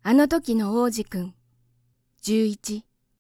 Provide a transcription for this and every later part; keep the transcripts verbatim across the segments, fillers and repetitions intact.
あの時の王子くん。じゅういち。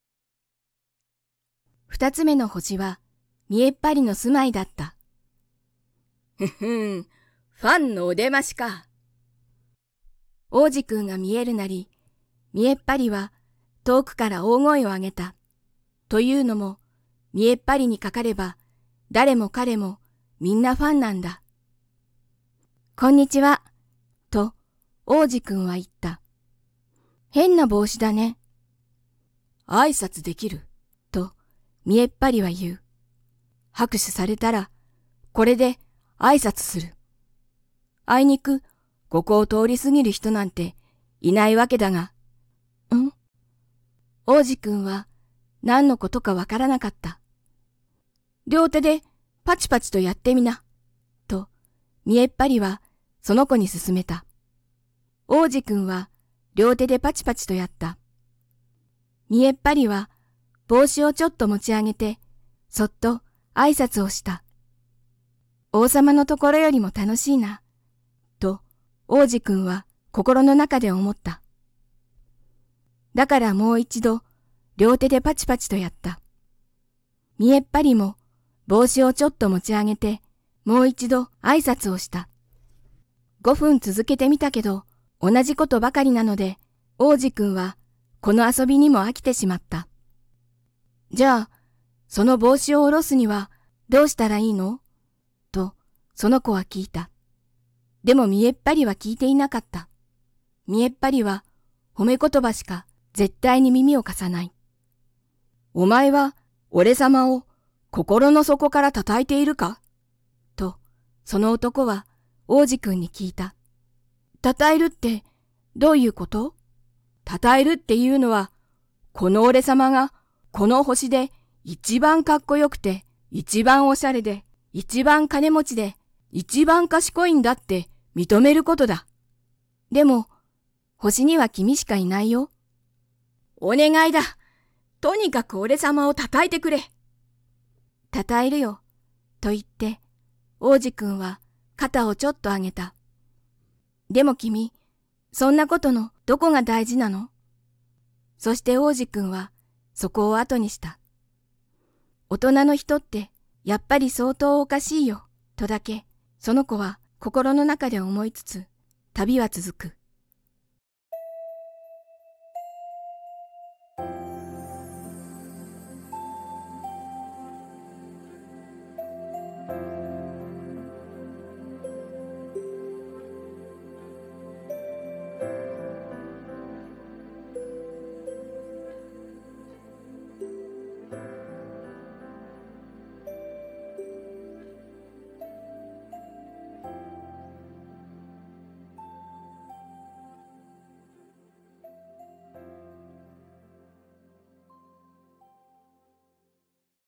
二つ目の星は見えっ張りの住まいだった。 ふふん、ファンのお出ましか。 王子くんが見えるなり、見えっ張りは遠くから大声を上げた。というのも、見えっ張りにかかれば、誰も彼もみんなファンなんだ。こんにちは、と王子くんは言った。変な帽子だね。 挨拶できる、 と見えっ張りは言う。拍手されたら、これで挨拶する。あいにく、ここを通り過ぎる人なんていないわけだが。ん？王子くんは何のことかわからなかった。両手でパチパチとやってみな、と見えっ張りはその子に勧めた。王子くんは両手でパチパチとやった。見えっ張りは帽子をちょっと持ち上げて、そっと挨拶をした。王様のところよりも楽しいな、と王子くんは心の中で思った。だからもう一度両手でパチパチとやった。見えっ張りも帽子をちょっと持ち上げて、もう一度挨拶をした。五分続けてみたけど、同じことばかりなので、王子くんはこの遊びにも飽きてしまった。じゃあ、その帽子を下ろすにはどうしたらいいの？と、その子は聞いた。でも見えっ張りは聞いていなかった。見えっ張りは褒め言葉しか絶対に耳を貸さない。お前は俺様を心の底から叩いているか？と、その男は王子くんに聞いた。叩えるってどういうこと？叩えるっていうのは、この俺様がこの星で一番かっこよくて、一番おしゃれで、一番金持ちで、一番賢いんだって認めることだ。でも、星には君しかいないよ。 お願いだ。とにかく俺様を叩いてくれ。 叩えるよ。と言って、王子くんは肩をちょっと上げた。でも君、そんなことのどこが大事なの？そして王子くんはそこを後にした。大人の人ってやっぱり相当おかしいよ、とだけその子は心の中で思いつつ、旅は続く。